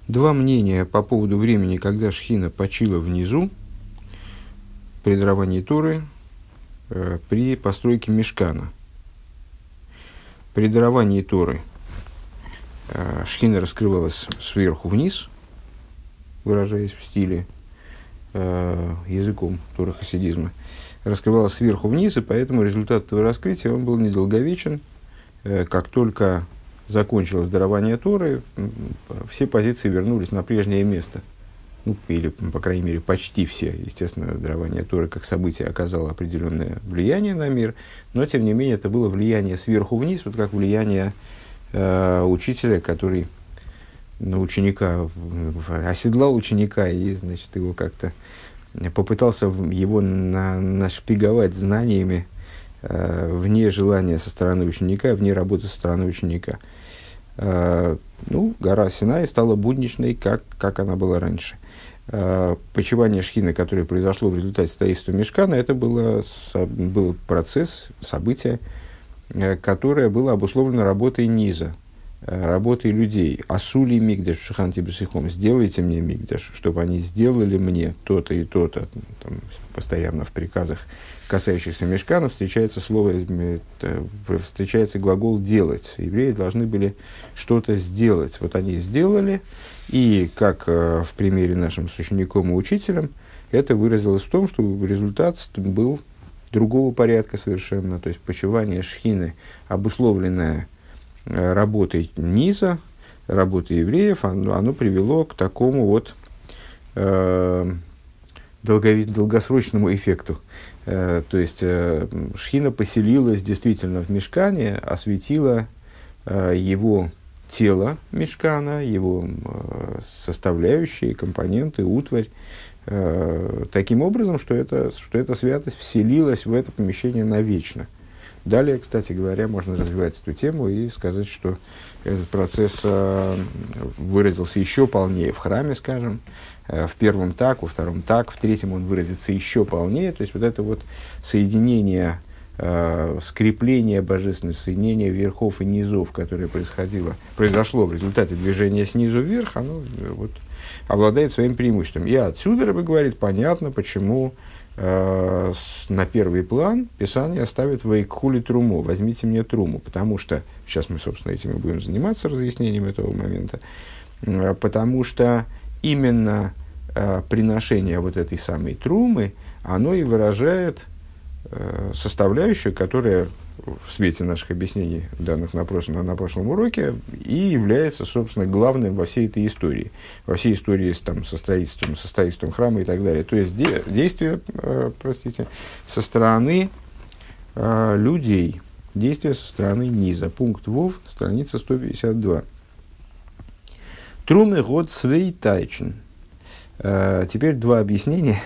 Два мнения по поводу времени, когда Шхина почила внизу при даровании Торы, при постройке Мишкана. При даровании Торы Шхина раскрывалась сверху вниз, выражаясь в стиле языком Торы хасидизма, раскрывалась сверху вниз, и поэтому результат этого раскрытия он был недолговечен. Как только закончилось дарование Торы, все позиции вернулись на прежнее место. Или, по крайней мере, почти все. Естественно, дарование Торы как событие оказало определенное влияние на мир, но, тем не менее, это было влияние сверху вниз, вот как влияние учителя, который на ученика, оседлал ученика и, значит, его как-то попытался его нашпиговать знаниями вне желания со стороны ученика, вне работы со стороны ученика. Гора Синай стала будничной, как она была раньше. Почивание Шхины, которое произошло в результате строительства Мишкана, это был процесс, событие, которое было обусловлено работой низа, работой людей. Асули мигдаш шиханти бесихом, сделайте мне мигдаш, чтобы они сделали мне то-то и то-то. Там постоянно в приказах, касающихся Мишкана, встречается глагол «делать». Евреи должны были что-то сделать. Вот они сделали, и, как в примере нашим с учеником и учителем, это выразилось в том, что результат был другого порядка совершенно. То есть, почивание Шхины, обусловленное работой низа, работой евреев, оно привело к такому вот долгосрочному эффекту. То есть, Шхина поселилась действительно в Мишкане, осветила его тело Мишкана, его составляющие, компоненты, утварь, таким образом, что эта святость вселилась в это помещение навечно. Далее, кстати говоря, можно развивать эту тему и сказать, что этот процесс выразился еще полнее в храме, скажем, в первом так, во втором так, в третьем он выразится еще полнее. То есть, вот это вот соединение, скрепление божественности, соединение верхов и низов, которое произошло в результате движения снизу вверх, оно вот обладает своим преимуществом. И отсюда Ребе говорит, понятно, почему на первый план Писание ставит «Ваикхули труму», «возьмите мне труму», потому что, сейчас мы, собственно, этим и будем заниматься, разъяснением этого момента, потому что именно приношение вот этой самой трумы, оно и выражает составляющую, которая в свете наших объяснений, данных на прошлом уроке, и является, собственно, главным во всей этой истории. Во всей истории со строительством храма и так далее. То есть, действия, со стороны людей, действия со стороны низа. Пункт ВОВ, страница 152. Трумы год свей тайчен. Теперь два объяснения.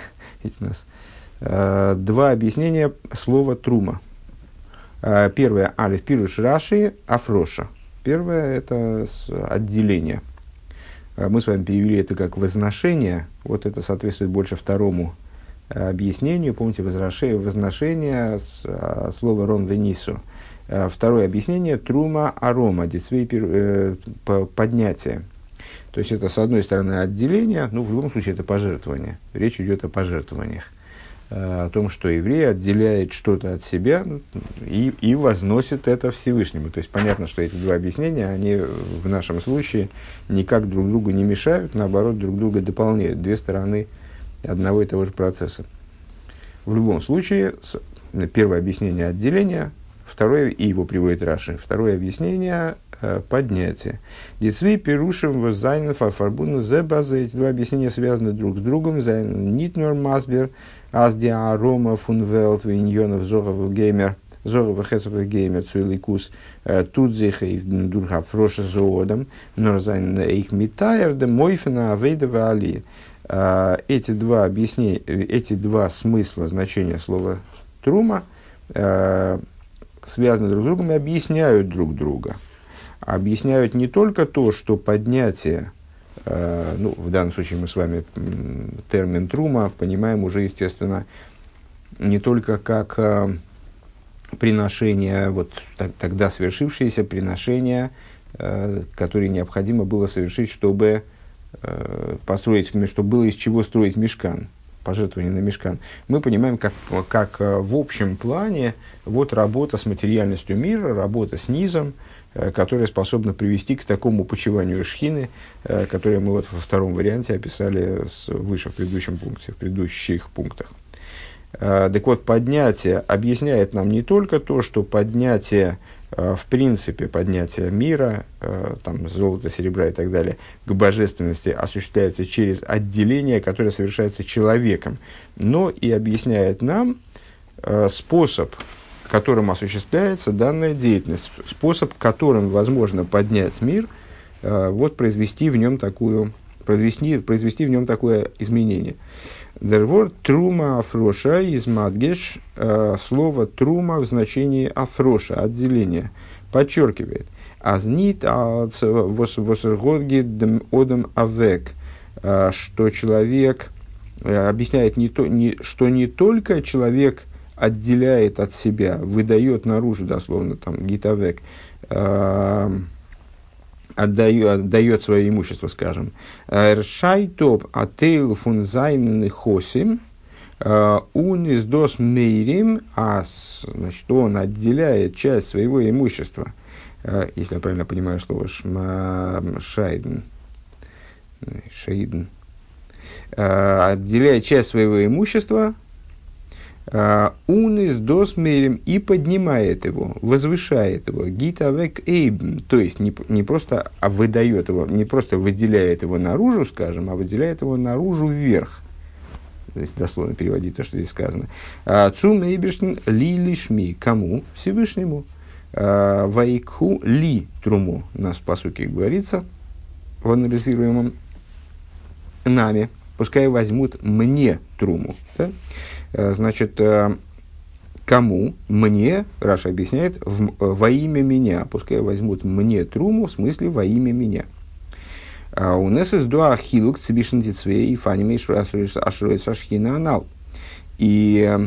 Два объяснения слова трума. Первое, алиф пируш раши афроша. Первое, это отделение. Мы с вами перевели это как возношение. Вот это соответствует больше второму объяснению. Помните, возношение, слово рон венису. Второе объяснение, трума арома, децвей поднятие. То есть, это, с одной стороны, отделение, в любом случае, это пожертвование. Речь идет о пожертвованиях. О том, что еврей отделяет что-то от себя и возносит это Всевышнему. То есть, понятно, что эти два объяснения, они в нашем случае никак друг другу не мешают, наоборот, друг друга дополняют. Две стороны одного и того же процесса. В любом случае, первое объяснение отделения, второе, и его приводит Раши, второе объяснение поднятие. Децвей пирушим воззайнов афарбуну зе базы. Эти два объяснения связаны друг с другом. Зайн нитнор масбер аздиа арома фунвелт виньонов зоров геймер зоров хесов геймер цуиликус тудзих и дурха фроша зоодом норзайн их митайр де мойфена авейдова али. Эти два объяснения, эти два смысла значения слова трума связаны друг с другом и объясняют друг друга. Объясняют не только то, что поднятие, в данном случае мы с вами термин трума понимаем уже, естественно, не только как приношение, вот тогда свершившееся приношение, которое необходимо было совершить, чтобы построить, чтобы было из чего строить мишкан, пожертвование на мишкан, мы понимаем, как в общем плане вот работа с материальностью мира, работа с низом, которая способна привести к такому почиванию шхины, которое мы вот во втором варианте описали выше в предыдущем пункте, в предыдущих пунктах. Так вот, поднятие объясняет нам не только то, что поднятие, в принципе, поднятие мира, там, золота, серебра и так далее, к божественности осуществляется через отделение, которое совершается человеком, но и объясняет нам способ, которым осуществляется данная деятельность, способ, которым возможно поднять мир, вот произвести в нем такое изменение. Дервор трума афроша из мадгеш, слово трума в значении афроша, отделение, подчеркивает. Азнит восергодги одам авек, что человек, объясняет, что не только человек отделяет от себя, выдает наружу, дословно, там, гитавек, отдает свое имущество, скажем. Ршайтоп атейл фун зайнен хосим унис дос мейрим ас, значит, он отделяет часть своего имущества, если я правильно понимаю слово шайден, отделяет часть своего имущества, унис дос мейрим, и поднимает его, возвышает его, гитавек эйбн, то есть не просто выдает его, не просто выделяет его наружу, скажем, а выделяет его наружу вверх. Если дословно переводить то, что здесь сказано. Цум эйберштен ли лишми, кому? Всевышнему. Вайкху ли труму, у нас в пасуке говорится, в анализируемом нами, пускай возьмут мне труму. Да? Значит, кому? Мне, Раша объясняет, во имя меня. Пускай возьмут мне труму, в смысле во имя меня. У нас из дуа хилук цибишнтицвей и фаниме ашроет сашхина анал. И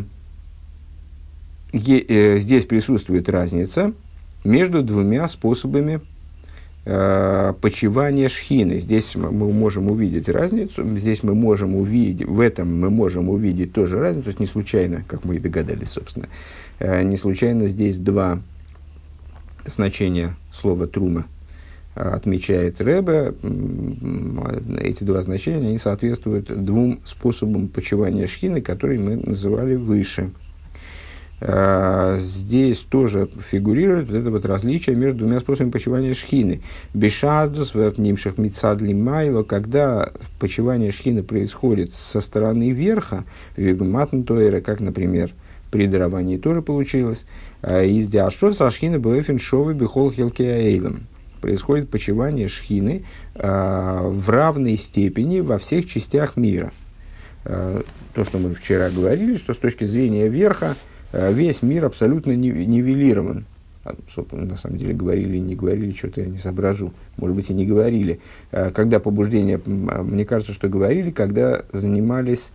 здесь присутствует разница между двумя способами почивания шхины. Здесь мы можем увидеть разницу, здесь мы можем увидеть, в этом мы можем увидеть тоже разницу, то есть не случайно, как мы и догадались, собственно, не случайно здесь два значения слова трума отмечает Ребе. Эти два значения, они соответствуют двум способам почивания шхины, которые мы называли выше. Здесь тоже фигурирует вот это вот различие между двумя способами почивания шхины. Бешаздус вертнимших мицадли майло, когда почивание шхины происходит со стороны верха, вегматн тойра, как, например, при даровании Торы получилось, из диашот со шхины бэфин шовы бихол хилкеаэйлом. Происходит почивание шхины в равной степени во всех частях мира. То, что мы вчера говорили, что с точки зрения верха весь мир абсолютно нивелирован. На самом деле, говорили, не говорили, что-то я не соображу. Может быть, и не говорили. Когда побуждение, мне кажется, что говорили, когда занимались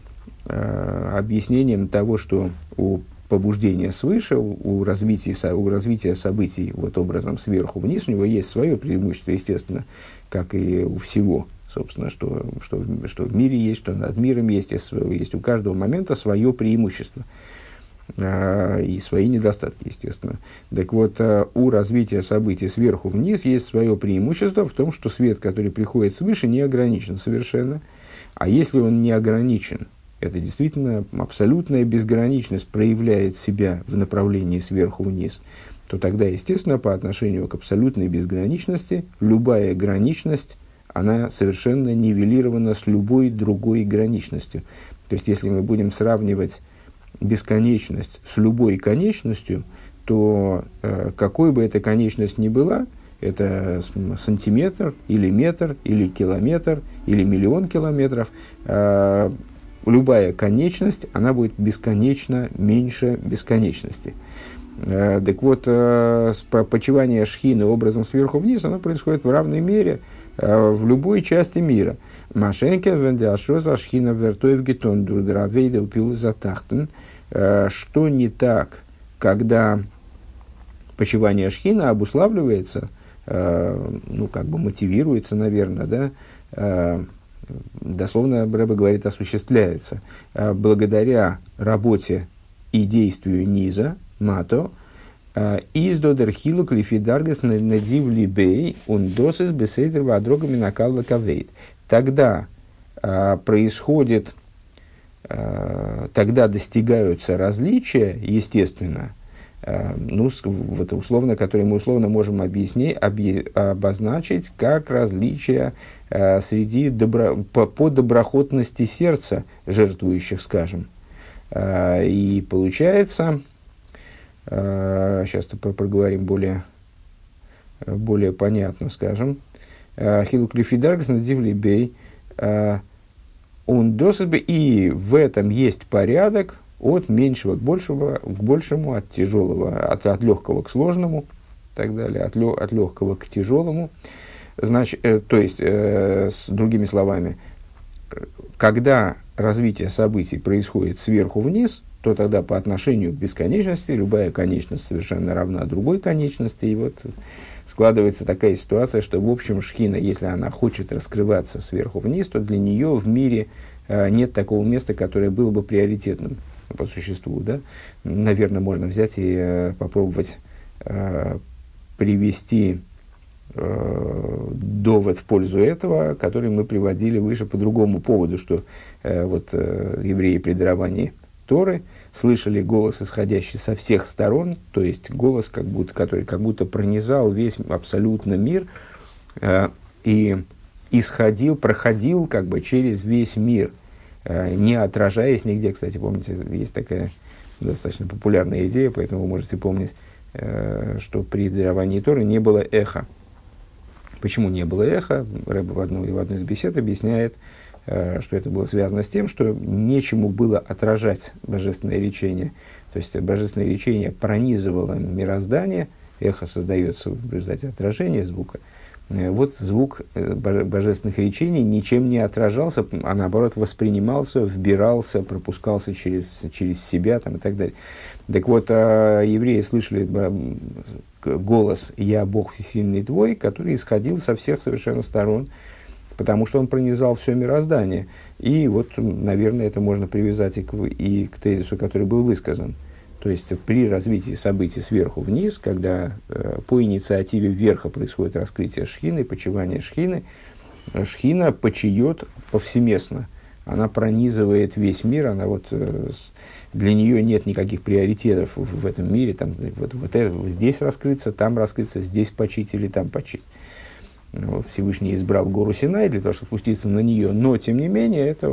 объяснением того, что у побуждения свыше, у развития событий вот образом сверху вниз, у него есть свое преимущество, естественно, как и у всего, собственно, что в мире есть, что над миром есть у каждого момента свое преимущество. И свои недостатки, естественно. Так вот, у развития событий сверху вниз есть свое преимущество в том, что свет, который приходит свыше, не ограничен совершенно. А если он не ограничен, это действительно абсолютная безграничность проявляет себя в направлении сверху вниз, то тогда, естественно, по отношению к абсолютной безграничности, любая граничность, она совершенно нивелирована с любой другой граничностью. То есть, если мы будем сравнивать бесконечность с любой конечностью, то какой бы эта конечность ни была, это сантиметр, или метр, или километр, или миллион километров, любая конечность, она будет бесконечно меньше бесконечности. Так вот, почивание шхины образом сверху вниз, оно происходит в равной мере в любой части мира. Машенька вендиашоза шхина вертоев гетон дурдравейда упил затахтен. Что не так, когда почивание шхина обуславливается, мотивируется, наверное, да, дословно Рэбе говорит, осуществляется благодаря работе и действию низа, мато, из додерхилу клифидаргас надив либей он досыс беседер вадрогами накалла кавейт. Тогда происходит, тогда достигаются различия, естественно, ну, вот условно, которые мы условно можем обозначить как различия среди по доброхотности сердца жертвующих, скажем. И получается, сейчас проговорим более понятно, скажем, Хилук лифидаргс надивли бей, он досыпы, и в этом есть порядок от меньшего к большему, от тяжелого, от легкого к сложному, и так далее, от легкого к тяжелому. Значит, то есть, с другими словами, когда развитие событий происходит сверху вниз, то тогда по отношению к бесконечности любая конечность совершенно равна другой конечности. И вот складывается такая ситуация, что, в общем, шхина, если она хочет раскрываться сверху вниз, то для нее в мире нет такого места, которое было бы приоритетным по существу. Да? Наверное, можно взять и попробовать привести довод в пользу этого, который мы приводили выше по другому поводу, что евреи при даровании Торы слышали голос, исходящий со всех сторон, то есть голос, который как будто пронизал весь абсолютно мир и проходил как бы через весь мир, не отражаясь нигде. Кстати, помните, есть такая достаточно популярная идея, поэтому вы можете помнить, что при даровании Торы не было эха. Почему не было эха? Рэбе в одной из бесед объясняет, что это было связано с тем, что нечему было отражать божественное речение. То есть божественное речение пронизывало мироздание, эхо создается в результате отражения звука. Вот звук божественных речений ничем не отражался, а наоборот воспринимался, вбирался, пропускался через себя там, и так далее. Так вот, евреи слышали голос «Я Бог всесильный твой», который исходил со всех совершенно сторон, потому что он пронизал все мироздание. И вот, наверное, это можно привязать и к тезису, который был высказан. То есть, при развитии событий сверху вниз, когда по инициативе верха происходит раскрытие шхины, почивание шхины, шхина почиет повсеместно. Она пронизывает весь мир, для нее нет никаких приоритетов в этом мире. Там, здесь раскрыться, там раскрыться, здесь почить или там почить. Всевышний избрал гору Синай для того, чтобы спуститься на нее, но, тем не менее, это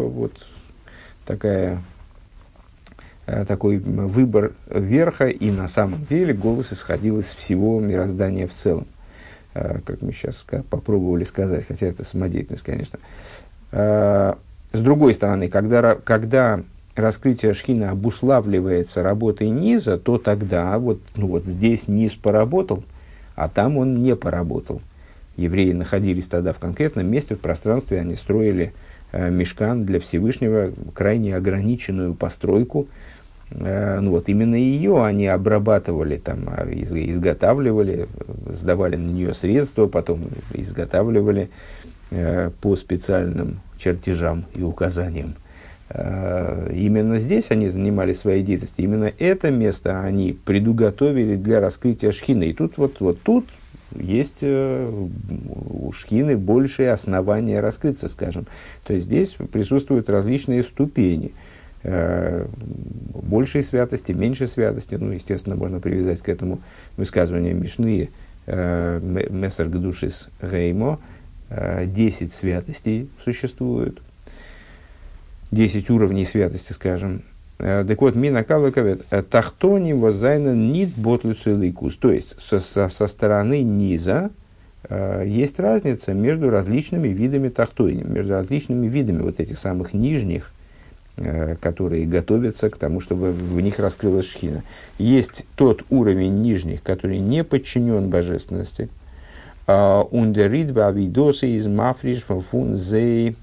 такой выбор верха, и на самом деле голос исходил из всего мироздания в целом. Как мы сейчас попробовали сказать, хотя это самодеятельность, конечно. С другой стороны, когда раскрытие шхины обуславливается работой низа, то тогда здесь низ поработал, а там он не поработал. Евреи находились тогда в конкретном месте, в пространстве, они строили мишкан для Всевышнего, крайне ограниченную постройку. Именно ее они обрабатывали, изготавливали, сдавали на нее средства, потом изготавливали по специальным чертежам и указаниям. Именно здесь они занимались своей деятельностью. Именно это место они предуготовили для раскрытия шхины. И тут тут есть у шхины большие основания раскрыться, скажем. То есть здесь присутствуют различные ступени. Большей святости, меньшей святости. Естественно, можно привязать к этому высказывание Мишны «Месар гдушис геймо». 10 святостей существует. 10 уровней святости, скажем. Так вот, минакалва кавет тахтони возайна нит ботлюцеликус. То есть, со стороны низа есть разница между различными видами тахтони, между различными видами этих самых нижних, которые готовятся к тому, чтобы в них раскрылась шхина. Есть тот уровень нижних, который не подчинен божественности. Ундерит бавидосы из мафриш фун зей.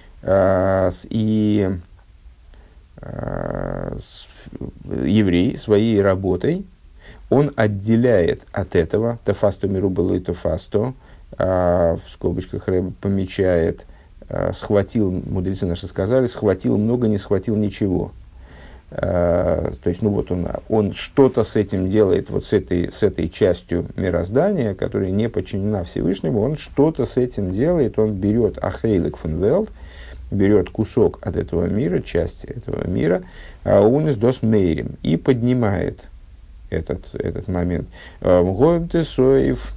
И еврей своей работой, он отделяет от этого, тофасто миру было и тофасто, в скобочках Рэбе помечает схватил, мудрецы наши сказали, схватил много, не схватил ничего. То есть, ну вот он что-то с этим делает, вот с этой частью мироздания, которая не подчинена Всевышнему, он что-то с этим делает, он берет ахейлек фун велт, берет кусок от этого мира, часть этого мира, он из дос мейрим, и поднимает этот момент. Гойбте соев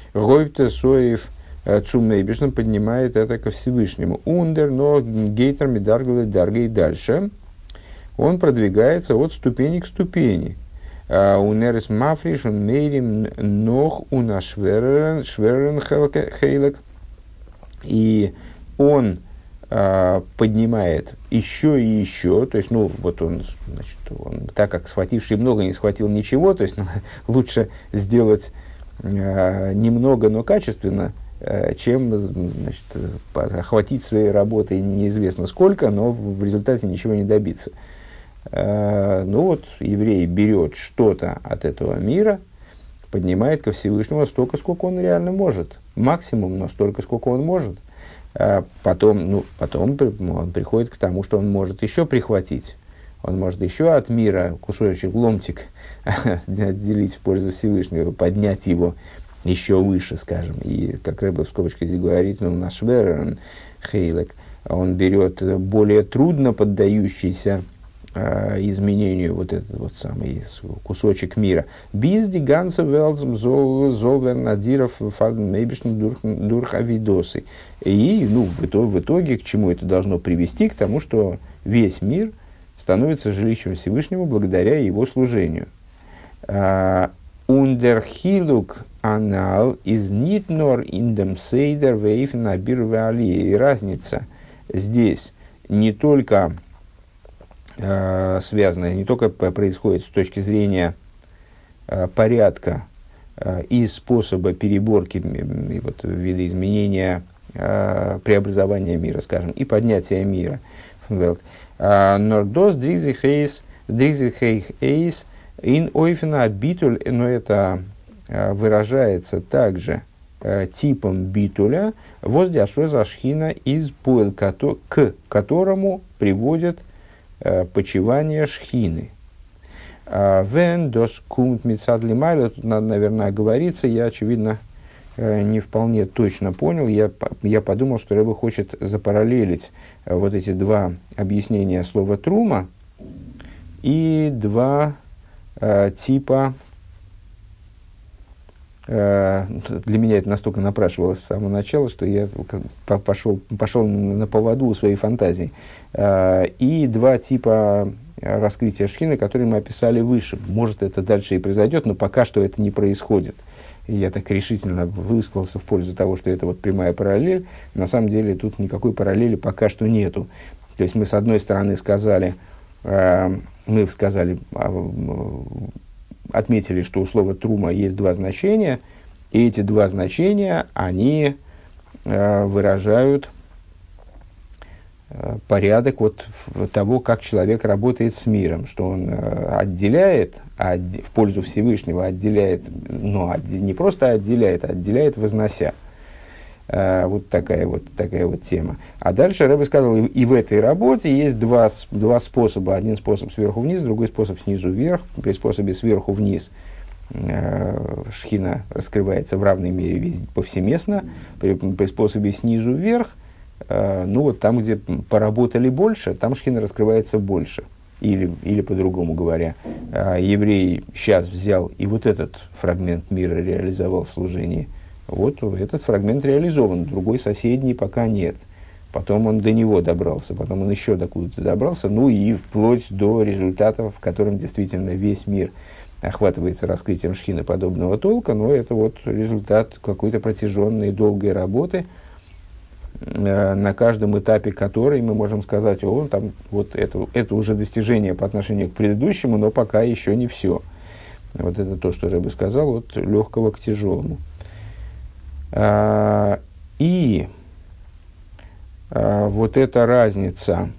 цумейбишн поднимает это ко Всевышнему. Ундер, но гейтер медарглы дарга и дальше. Он продвигается от ступени к ступени. Унерес мафриш, он мейрим нох унашверен хейлек. И он поднимает еще и еще, то есть, ну, вот он, значит, так как схвативший много не схватил ничего, то есть, лучше сделать немного, но качественно, чем, значит, охватить своей работой неизвестно сколько, но в результате ничего не добиться. Ну вот, еврей берет что-то от этого мира, поднимает ко Всевышнему столько, сколько он реально может. Максимум, но столько, сколько он может. Потом он приходит к тому, что он может еще прихватить. Он может еще от мира кусочек, ломтик отделить в пользу Всевышнего, поднять его еще выше, скажем. И, как Рэбе в скобочках здесь говорит, наш верен хейлек, он берет более трудно поддающийся изменению вот этот вот самый кусочек мира. Bizdi ganze Welt soll werden надиров фарн мейбишн durch авидосы. И в итоге к чему это должно привести? К тому, что весь мир становится жилищем Всевышнего благодаря его служению. Ундерхилук анал из нитнор индем сейдер вейфен абир вали. И разница здесь не только связанная, не только происходит с точки зрения порядка и способа переборки, и вот, видоизменения, преобразования мира, скажем, и поднятия мира. Нордос дризихейс ин ойфена битуль, но это выражается также типом битуля, воздяшоза шхина из поэл, к которому приводит почивание шхины. Вен дос кумт митсадли майла, тут надо, наверное, оговориться, я, очевидно, не вполне точно понял, я подумал, что Рэбе хочет запараллелить вот эти два объяснения слова трума и два типа. Для меня это настолько напрашивалось с самого начала, что я пошел на поводу у своей фантазии. И два типа раскрытия шхины, которые мы описали выше. Может, это дальше и произойдет, но пока что это не происходит. И я так решительно высказался в пользу того, что это вот прямая параллель. На самом деле тут никакой параллели пока что нету. То есть мы с одной стороны отметили, что у слова «трума» есть два значения, и эти два значения, они выражают порядок вот того, как человек работает с миром, что он отделяет, в пользу Всевышнего отделяет, но не просто отделяет, а отделяет, вознося. Вот такая вот тема. А дальше Рэбе сказал, и в этой работе есть два способа. Один способ сверху вниз, другой способ снизу вверх. При способе сверху вниз шхина раскрывается в равной мере повсеместно. При способе снизу вверх, вот там, где поработали больше, там шхина раскрывается больше. Или по-другому говоря, еврей сейчас взял и вот этот фрагмент мира реализовал в служении. Вот этот фрагмент реализован, другой соседний пока нет. Потом он до него добрался, потом он еще докуда-то добрался, и вплоть до результатов, в котором действительно весь мир охватывается раскрытием шхины подобного толка, но это вот результат какой-то протяженной, долгой работы, на каждом этапе которой мы можем сказать, это уже достижение по отношению к предыдущему, но пока еще не все. Вот это то, что Рэбе сказал, от легкого к тяжелому. И вот эта разница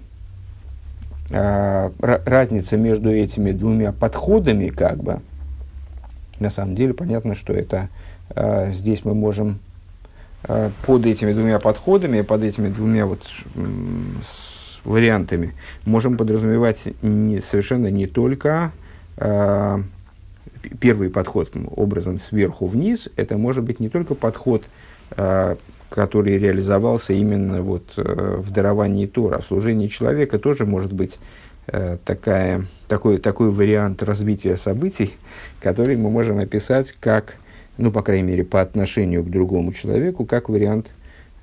между этими двумя подходами, на самом деле понятно, что это здесь мы можем под этими двумя подходами, под этими двумя вариантами можем подразумевать совершенно не только первый подход образом сверху вниз, это может быть не только подход, который реализовался именно в даровании Тора. В служении человека тоже может быть такой вариант развития событий, который мы можем описать как, по крайней мере, по отношению к другому человеку, как вариант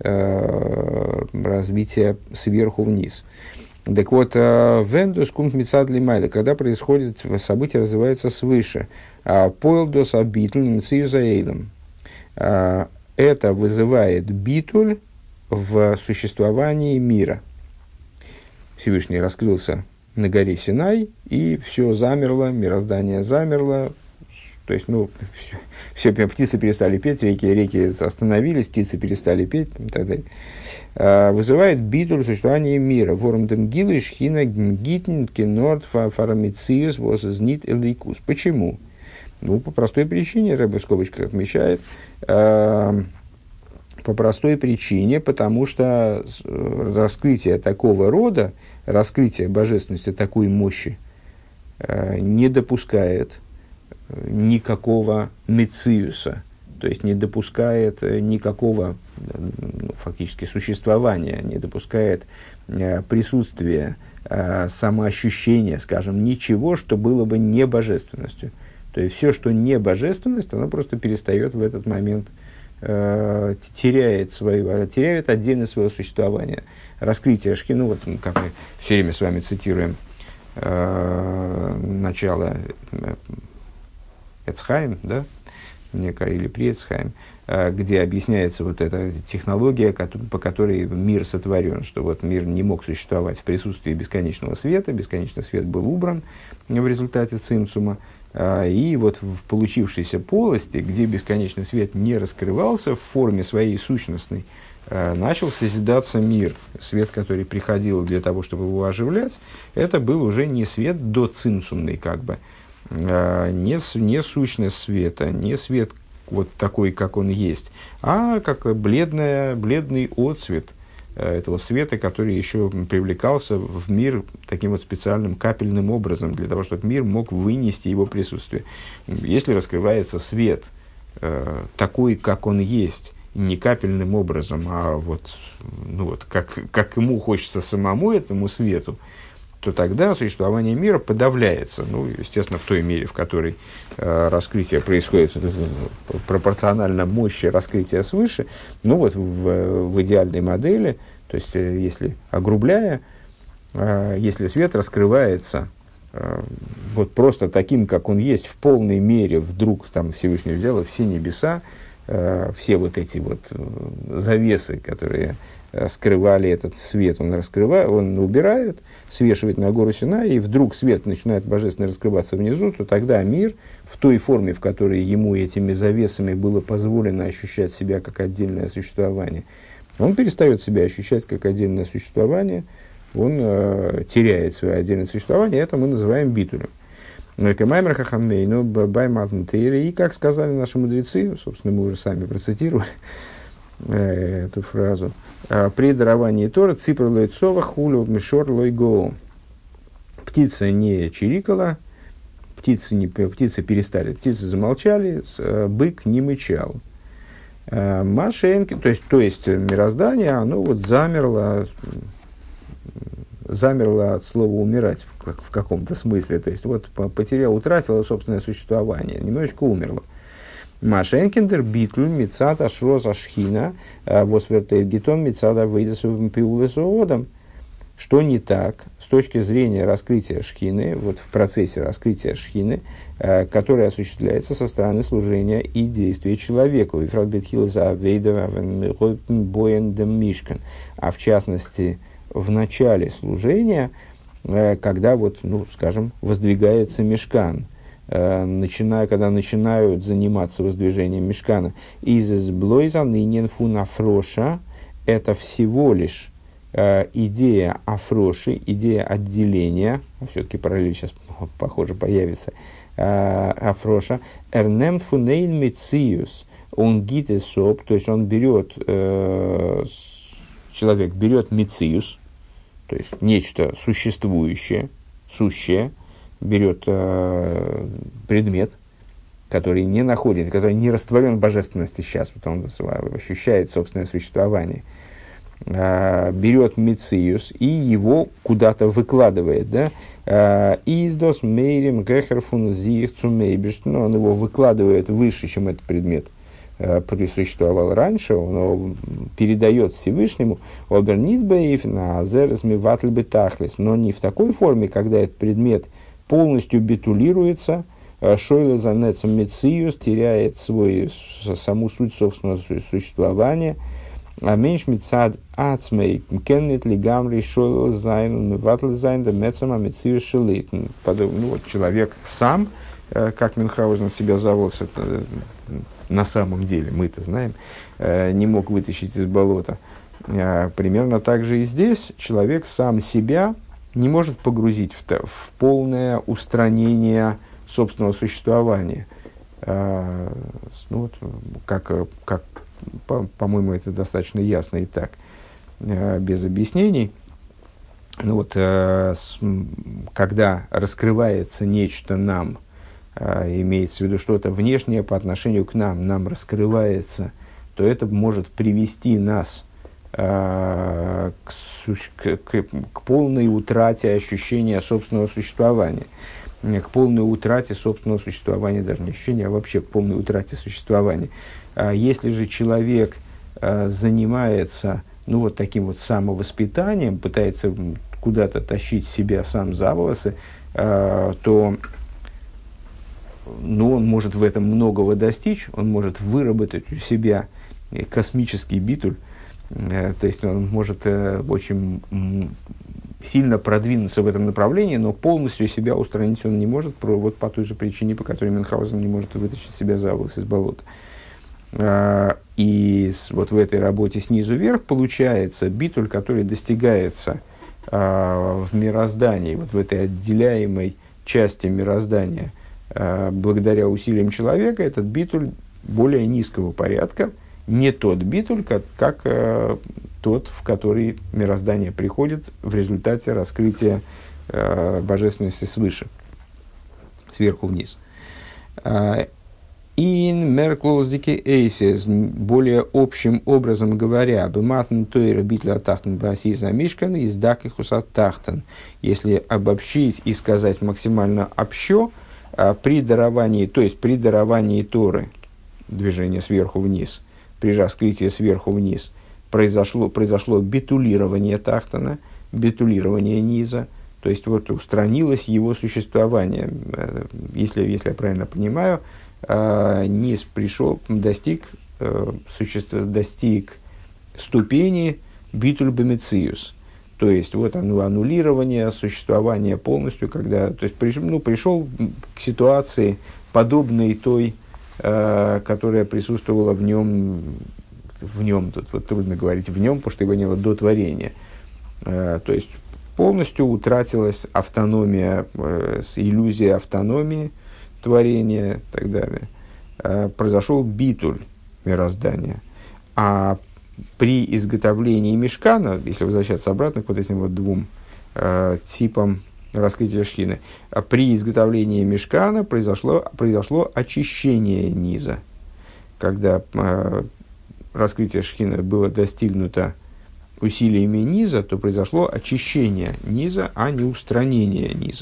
развития сверху вниз. Так вот, «Вендус кумт мицад лимайда», когда происходит событие, развивается свыше. «Поэлдос абитуль мцию заэйлом». Это вызывает битуль в существовании мира. Всевышний раскрылся на горе Синай, и все замерло, мироздание замерло. То есть, все, птицы перестали петь, реки остановились, птицы перестали петь и так далее. Вызывает битуль существования мира. Вормдем гилу шхина гитн кенорд фарамициус воззнит элейкус. Почему? По простой причине, Рэбе в скобочках отмечает, по простой причине, потому что раскрытие такого рода, раскрытие божественности такой мощи не допускает никакого мециуса, то есть не допускает никакого фактически существования, не допускает присутствия, самоощущения, скажем, ничего, что было бы не божественностью. То есть все, что не божественность, оно просто перестает в этот момент, теряет отдельность своего существования. Раскрытие шхины, как мы все время с вами цитируем начало Эцхайм, да, или при Эцхайм, где объясняется эта технология, по которой мир сотворен, что мир не мог существовать в присутствии бесконечного света, бесконечный свет был убран в результате цимцума, и в получившейся полости, где бесконечный свет не раскрывался в форме своей сущностной, начал созидаться мир. Свет, который приходил для того, чтобы его оживлять, это был уже не свет доцимцумный, не сущность света, не свет такой, как он есть, а как бледный отцвет этого света, который еще привлекался в мир таким специальным капельным образом, для того, чтобы мир мог вынести его присутствие. Если раскрывается свет такой, как он есть, не капельным образом, а как ему хочется самому этому свету, то тогда существование мира подавляется. Естественно, в той мере, в которой раскрытие происходит пропорционально мощи раскрытия свыше, в идеальной модели, то есть, если огрубляя, если свет раскрывается просто таким, как он есть, в полной мере, вдруг Всевышний взял все небеса, все эти завесы, которые скрывали этот свет, он убирает, свешивает на гору Синай, и вдруг свет начинает божественно раскрываться внизу, то тогда мир в той форме, в которой ему этими завесами было позволено ощущать себя как отдельное существование, он перестает себя ощущать как отдельное существование, он теряет свое отдельное существование, это мы называем битулем. И, как сказали наши мудрецы, собственно, мы уже сами процитировали эту фразу, при даровании Тора ципр лойцова хулю мишор лойго. Птица не чирикала, птицы перестали, птицы замолчали, бык не мычал. Машенки, то есть мироздание, оно замерло от слова умирать в каком-то смысле, то есть утратило собственное существование, немножечко умерло. Машенкиндер битлю мицата шроза шхина восвертельгитон мицата выйдесу пиулесуодом. Что не так с точки зрения раскрытия шхины, в процессе раскрытия шхины, которое осуществляется со стороны служения и действия человеку. А в частности, в начале служения, когда воздвигается мишкан, когда начинают заниматься воздвижением мишкана. «Изес блойза нынен фун афроша» – это всего лишь идея афроши, идея отделения, все-таки параллель сейчас, похоже, появится, афроша, «эрнем фунейн мециус он гитесоп, то есть он берет, человек берет мециус, то есть нечто существующее, сущее, берет предмет, который не находит, который не растворен в божественности сейчас, вот он ощущает собственное существование, берет мециус и его куда-то выкладывает, да, издос мейрим гехерфун зих цумейбиш, но он его выкладывает выше, чем этот предмет присуществовал раньше, он его передает Всевышнему, обернитбеев на азерсми ватльбетахлис, но не в такой форме, когда этот предмет полностью битулируется, шойла занецом мециус, теряет саму суть собственного существования, а меньш мецад ацмей кеннет ли гамри шойла зайн ватль зайн да мецама мециус шелит. Вот человек сам, как Мюнхгаузен себя завелся, на самом деле, мы-то знаем, не мог вытащить из болота. Примерно так же и здесь человек сам себя не может погрузить в полное устранение собственного существования. Ну, вот, по-моему, это достаточно ясно и так, без объяснений. Ну, вот, когда раскрывается нечто нам, имеется в виду что-то внешнее по отношению к нам раскрывается, то это может привести нас к полной утрате ощущения собственного существования, к полной утрате собственного существования, даже не ощущения, а вообще к полной утрате существования. Если же человек занимается вот таким вот самовоспитанием, пытается куда-то тащить себя сам за волосы, то он может в этом многого достичь, он может выработать у себя космический битуль, то есть он может очень сильно продвинуться в этом направлении, но полностью себя устранить он не может, вот по той же причине, по которой Мюнхгаузен не может вытащить себя за волосы из болота. И вот в этой работе снизу вверх получается битуль, который достигается в мироздании, вот в этой отделяемой части мироздания, благодаря усилиям человека, этот битуль более низкого порядка, не тот битуль, как тот, в который мироздание приходит в результате раскрытия божественности свыше, сверху вниз. Ин мерклоздики эйсис, более общим образом говоря, бематн тойра битля тахтен басиза мишкан из дакихус тахтен. Если обобщить и сказать максимально общо, при даровании, то есть при даровании Торы, движение сверху вниз, при раскрытии сверху вниз, произошло битулирование Тахтана, битулирование низа, то есть вот устранилось его существование. Если я правильно понимаю, низ достиг ступени битуль бемециус. То есть, вот аннулирование существования полностью, когда пришел к ситуации, подобной той, которая присутствовала в нем, тут вот трудно говорить в нем, потому что его не было до творения. То есть, полностью утратилась автономия, иллюзия автономии творения и так далее. Произошел битуль мироздания. А при изготовлении мишкана, если возвращаться обратно к вот этим вот двум типам раскрытия шхины, при изготовлении мишкана произошло очищение низа. Когда раскрытие шхины было достигнуто усилиями низа, то произошло очищение низа, а не устранение низа.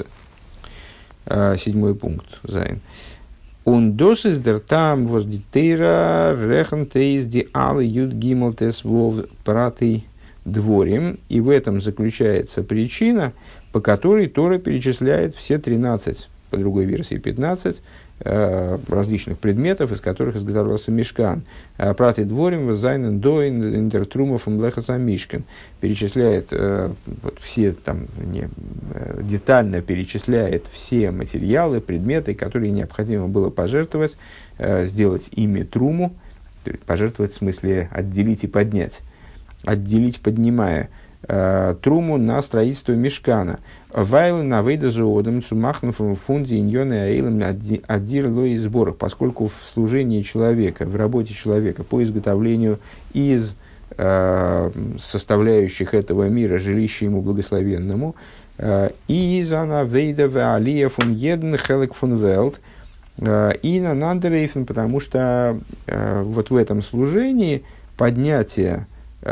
7 пункт. Зайн. Und das ist der Tam, was die Teira rechnet ist die alle Jud Gimel Tes Vov Prati Dvorим. И в этом заключается причина, по которой Тора перечисляет все 13, по другой версии 15, различных предметов, из которых изготовился мишкан. Прати Дворим, Зайнен Доин, Индертрумов, Млехаса Мишкан. Перечисляет все, детально перечисляет все материалы, предметы, которые необходимо было пожертвовать, сделать ими труму, пожертвовать в смысле отделить и поднять, отделить, поднимая труму на строительство мишкана. Вайл на выдазуодам цумахнув фунде иньоны аилам адир лои сборах, поскольку в служении человека, в работе человека по изготовлению из составляющих этого мира жилища ему благословенному, и из она вейда алия фун еден хелек фун велт, и на нандерейфен, потому что вот в этом служении поднятие,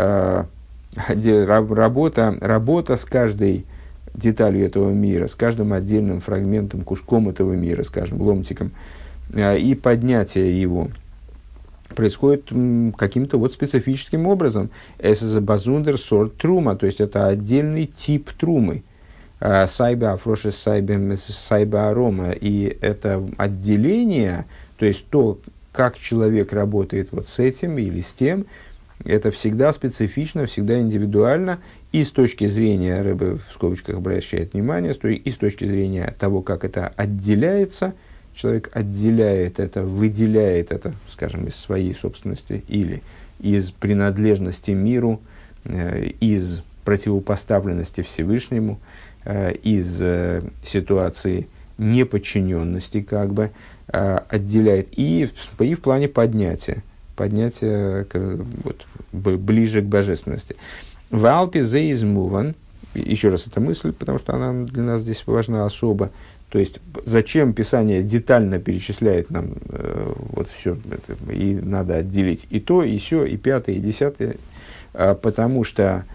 работа с каждой деталью этого мира, с каждым отдельным фрагментом, куском этого мира, скажем, ломтиком, и поднятие его происходит каким-то вот специфическим образом. Это базундер сорт трума, то есть это отдельный тип трумы. Сайба афроши сайба арома. И это отделение, то есть то, как человек работает вот с этим или с тем, это всегда специфично, всегда индивидуально. И с точки зрения, Рэбе в скобочках обращает внимание, и с точки зрения того, как это отделяется, человек отделяет это, выделяет это, скажем, из своей собственности или из принадлежности миру, из противопоставленности Всевышнему, из ситуации неподчиненности, как бы, отделяет и в плане поднятия вот, ближе к божественности. В Алпе зе измуван, еще раз эта мысль, потому что она для нас здесь важна особо. То есть, зачем Писание детально перечисляет нам вот все это, и надо отделить и то, и сё, и пятое, и десятое, потому что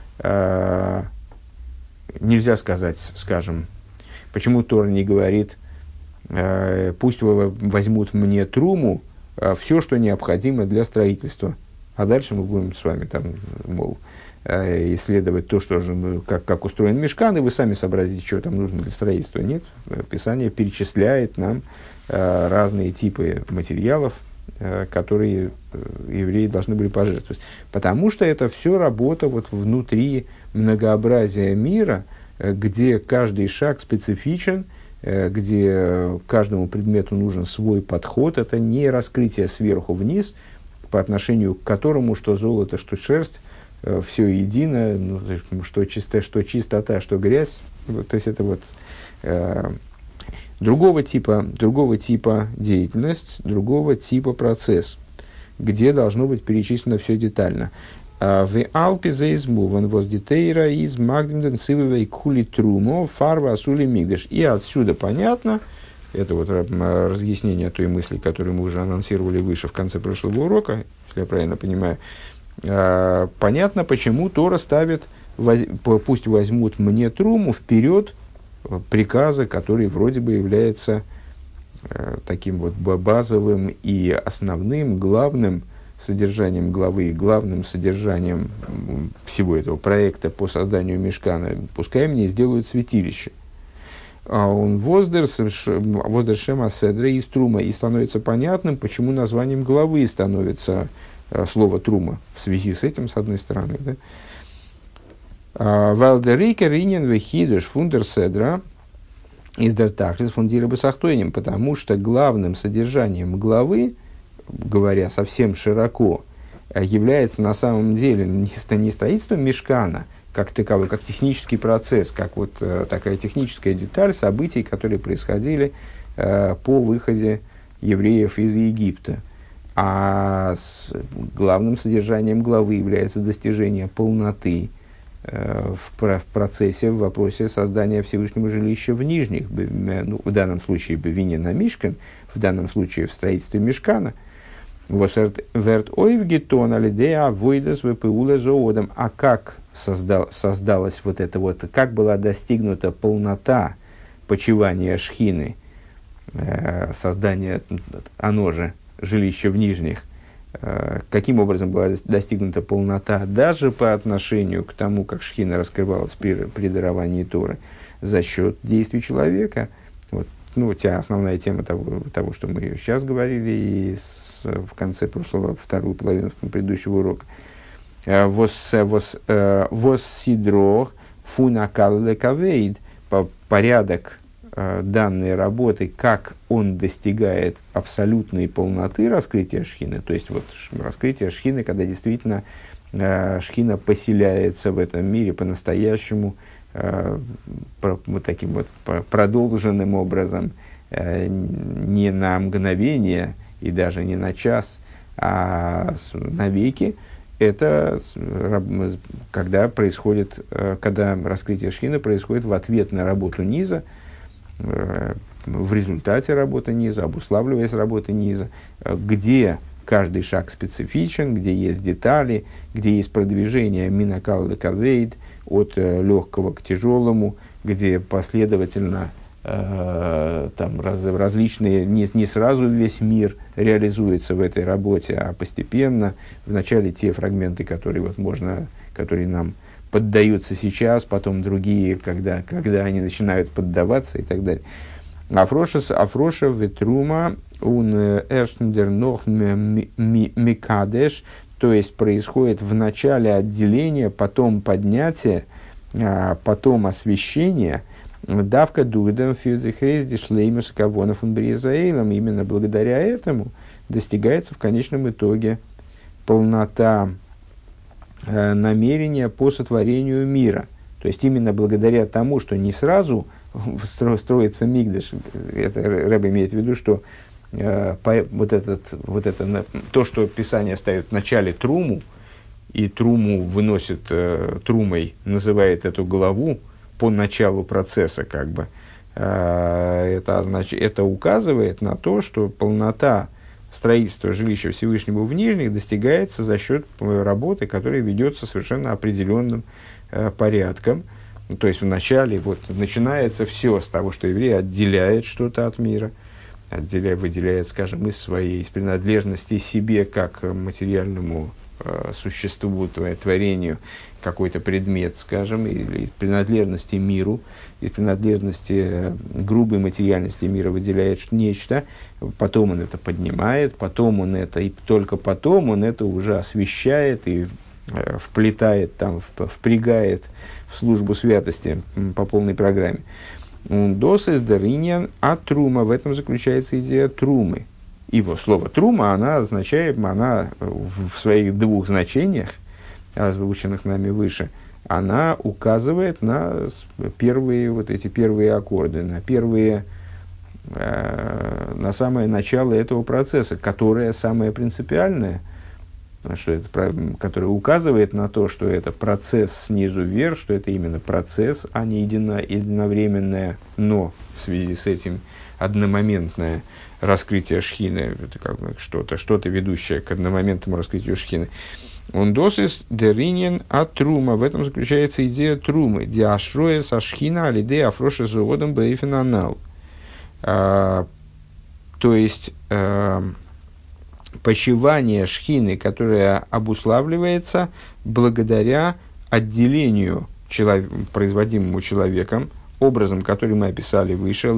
нельзя сказать, скажем, почему Тора не говорит, пусть возьмут мне труму, все, что необходимо для строительства, а дальше мы будем с вами там, мол, исследовать то, что же, как устроен мишкан, и вы сами сообразите, что там нужно для строительства. Нет, Писание перечисляет нам разные типы материалов, которые евреи должны были пожертвовать. Потому что это все работа вот внутри многообразия мира, где каждый шаг специфичен, где каждому предмету нужен свой подход. Это не раскрытие сверху вниз, по отношению к которому что золото, что шерсть, все едино, ну, что чистота, что грязь. Вот, то есть это вот другого типа деятельность, другого типа процесс, где должно быть перечислено все детально. В Алпе заизмуван воздитейра из магдимден цививей кули трумо фарва асули мигдеш. И отсюда понятно, это вот разъяснение той мысли, которую мы уже анонсировали выше в конце прошлого урока, если я правильно понимаю. Понятно, почему Тора ставит, пусть возьмут мне труму вперед приказа, который вроде бы является таким вот базовым и основным, главным содержанием главы, главным содержанием всего этого проекта по созданию мишкана. Пускай мне сделают святилище. Он воздер шема седра из трума, и становится понятным, почему названием главы становится слово трума в связи с этим, с одной стороны. Валдерика ринен вехидуш фундер седра из дертахлис фундира басахтойним, потому что главным содержанием главы, говоря совсем широко, является на самом деле не строительство мишкана как таковой, как технический процесс, как вот такая техническая деталь событий, которые происходили по выходе евреев из Египта. А главным содержанием главы является достижение полноты в процессе, в вопросе создания Всевышнего жилища в нижних, ну, в данном случае бевине на мишкан, в данном случае в строительстве мишкана. Верт ойвгетон алидея войдас впула зоодом. А как создалась вот это вот, как была достигнута полнота почивания шхины, создания, оно же, жилища в нижних, каким образом была достигнута полнота даже по отношению к тому, как шхина раскрывалась при даровании Торы, за счет действий человека. Вот, ну, основная тема того, что мы сейчас говорили, и в конце вторую половину предыдущего урока. Вос сидро фунакал лекавейд, порядок данной работы, как он достигает абсолютной полноты раскрытия шхины, то есть вот раскрытие шхины, когда действительно Шхина поселяется в этом мире по-настоящему, вот таким вот продолженным образом, не на мгновение и даже не на час, а навеки. Это когда происходит, когда раскрытие Шхины происходит в ответ на работу низа, в результате работы низа, обуславливаясь работой низа, где каждый шаг специфичен, где есть детали, где есть продвижение минакал лекавейд, от легкого к тяжелому, где последовательно различные, не сразу весь мир реализуется в этой работе, а постепенно. Вначале те фрагменты, которые нам поддаются сейчас, потом другие, когда они начинают поддаваться и так далее. Афроша ветрума ун эршндер нох микадеш, то есть происходит в начале отделения, потом поднятие, потом освящение. Давка дугдам фирзихейзди шлеймус кавонов унбриезаэлом. Именно благодаря этому достигается в конечном итоге полнота намерения по сотворению мира. То есть именно благодаря тому, что не сразу строится мигдаш, это Рэб имеет в виду, что то, что Писание ставит в начале труму, и труму выносит трумой, называет эту главу по началу процесса, это указывает на то, что полнота строительства жилища Всевышнего в Нижних достигается за счет работы, которая ведется совершенно определенным порядком. То есть вначале начинается все с того, что еврей отделяет что-то от мира, выделяет, скажем, из принадлежности себе как материальному существу, творению, какой-то предмет, скажем, или из принадлежности миру, из принадлежности грубой материальности мира выделяет нечто, потом он это поднимает, потом он это, и только потом он это уже освещает и вплетает, впрягает в службу святости по полной программе. Досес дариньян а трума, в этом заключается идея трумы. Ибо слово трума, она в своих двух значениях, озвученных нами выше, она указывает на эти первые аккорды, на самое начало этого процесса, которое самое принципиальное, которое указывает на то, что это процесс снизу вверх, что это именно процесс, а не единовременное, но в связи с этим одномоментное раскрытие шхины, это что-то ведущее к одномоментному раскрытию шхины. Он досис деринен от трума. В этом заключается идея трумы. Диашроя со шхина алиде афроша зоодом бейфинанал. То есть почивание шхины, которое обуславливается благодаря отделению производимому человеком, образом, который мы описали выше,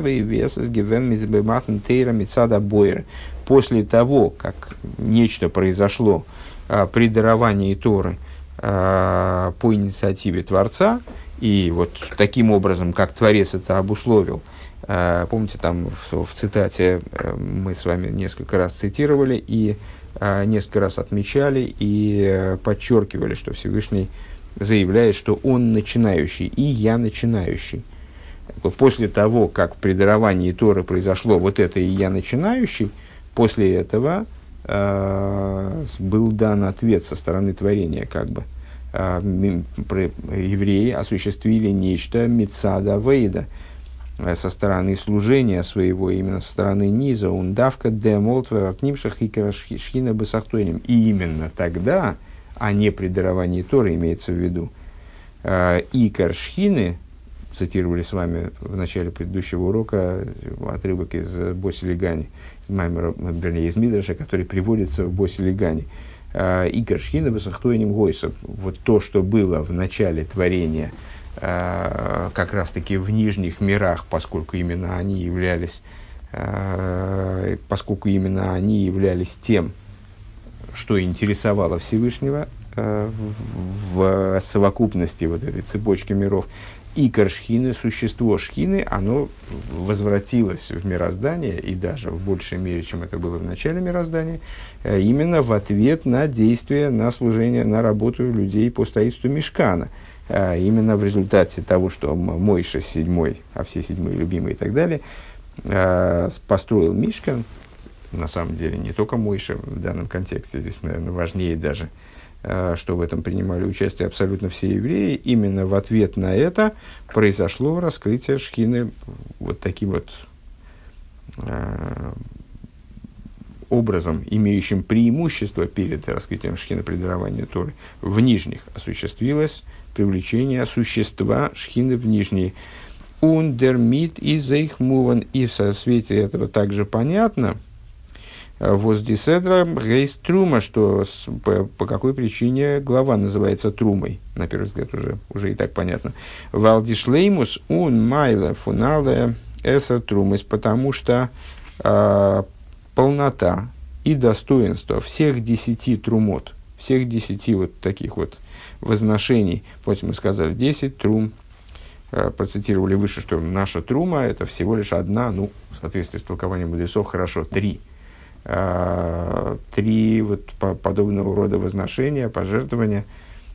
после того, как нечто произошло при даровании Торы по инициативе Творца, и вот таким образом, как Творец это обусловил. Помните, там в цитате мы с вами несколько раз цитировали и несколько раз отмечали и подчеркивали, что Всевышний заявляет, что он начинающий, и я начинающий. После того, как при даровании Торы произошло вот это и я начинающий, после этого был дан ответ со стороны творения, евреи осуществили нечто мицада вейда, со стороны служения своего, именно со стороны низа, ундавка демолтва артнимшах и шхина бесахтойним. И именно тогда, а не при даровании Торы, имеется в виду, икар шхины, цитировали с вами в начале предыдущего урока отрывок из Боси Легани, из Мидраша, который приводится в Боси Легани. Икар шхина бесахтойним гойса. Вот то, что было в начале творения, как раз-таки в нижних мирах, поскольку именно они являлись тем, что интересовало Всевышнего, в совокупности вот этой цепочки миров. Икор шхины, существо шхины, оно возвратилось в мироздание, и даже в большей мере, чем это было в начале мироздания, именно в ответ на действие, на служение, на работу людей по строительству мишкана. Именно в результате того, что Мойше седьмой, а все седьмые любимые и так далее, построил мишкан, на самом деле не только Мойше в данном контексте, здесь, наверное, важнее даже, что в этом принимали участие абсолютно все евреи, именно в ответ на это произошло раскрытие шхины вот таким вот образом, имеющим преимущество перед раскрытием шхины при даровании Торы. В нижних осуществилось привлечение существа шхины в нижние. Ундермит и зейхмуван. И в свете этого также понятно, воздиседра гейс трума, что по какой причине глава называется трумой. На первый взгляд уже и так понятно. Валдишлеймус ун майле фунале эсер трумис, потому что полнота и достоинство всех 10 трумот, всех 10 вот таких вот возношений, помните, мы сказали 10 трум, процитировали выше, что наша трума это всего лишь одна, ну, в соответствии с толкованием мудрецов, хорошо, 3 вот подобного рода возношения, пожертвования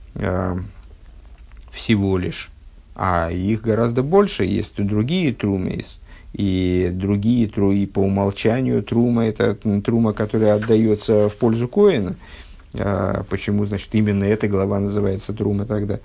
всего лишь. А их гораздо больше. Есть и другие трумы, и другие труи по умолчанию трума. Это трума, которая отдается в пользу коэна. Почему, значит, именно эта глава называется трума тогда?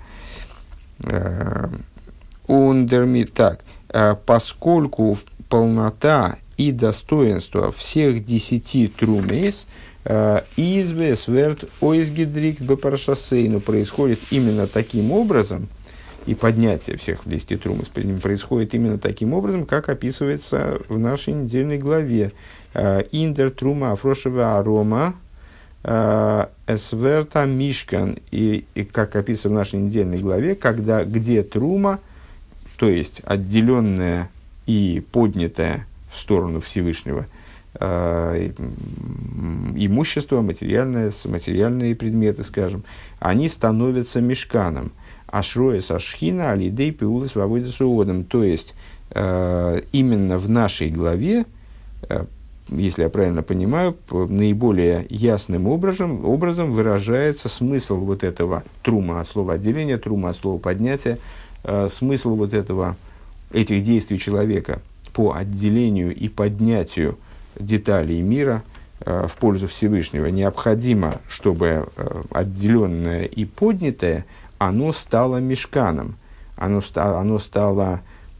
Так, поскольку полнота и достоинство всех 10 трумейс извесверт ойсгидрикт бепарашасейну происходит именно таким образом, и поднятие всех 10 трумейс происходит именно таким образом, как описывается в нашей недельной главе. Индер трума афрошева арома эсверта мишкан, и как описано в нашей недельной главе, где трума, то есть отделенная и поднятая в сторону Всевышнего имущество, материальные предметы, скажем, они становятся мишканом. Ашроя сашхина алидей пиулас вавойда суодом. То есть, именно в нашей главе, если я правильно понимаю, наиболее ясным образом выражается смысл вот этого трума от слова отделения, трума от слова поднятия, смысл вот этих действий человека по отделению и поднятию деталей мира в пользу Всевышнего. Необходимо, чтобы отделенное и поднятое, оно стало мишканом, оно стало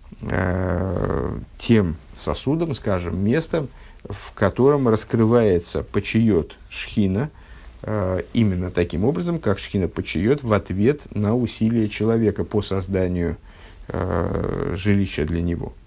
тем сосудом, скажем, местом, в котором раскрывается почиет шхина, именно таким образом, как шхина почиет в ответ на усилия человека по созданию жилища для него.